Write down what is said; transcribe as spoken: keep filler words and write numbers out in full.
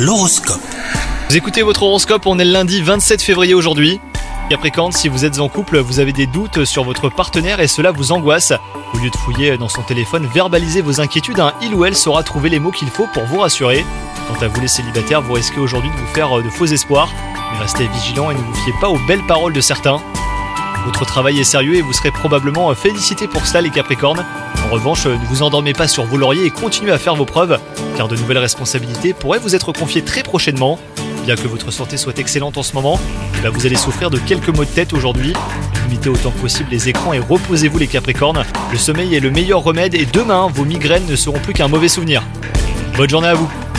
L'horoscope. Vous écoutez votre horoscope, on est le lundi vingt-sept février aujourd'hui. Capricorne, si vous êtes en couple, vous avez des doutes sur votre partenaire et cela vous angoisse. Au lieu de fouiller dans son téléphone, verbalisez vos inquiétudes, hein. Il ou elle saura trouver les mots qu'il faut pour vous rassurer. Quant à vous les célibataires, vous risquez aujourd'hui de vous faire de faux espoirs. Mais restez vigilants et ne vous fiez pas aux belles paroles de certains. Votre travail est sérieux et vous serez probablement félicité pour cela les Capricornes. En revanche, ne vous endormez pas sur vos lauriers et continuez à faire vos preuves, car de nouvelles responsabilités pourraient vous être confiées très prochainement. Bien que votre santé soit excellente en ce moment, eh bien vous allez souffrir de quelques maux de tête aujourd'hui. Limitez autant que possible les écrans et reposez-vous les Capricornes. Le sommeil est le meilleur remède et demain, vos migraines ne seront plus qu'un mauvais souvenir. Bonne journée à vous.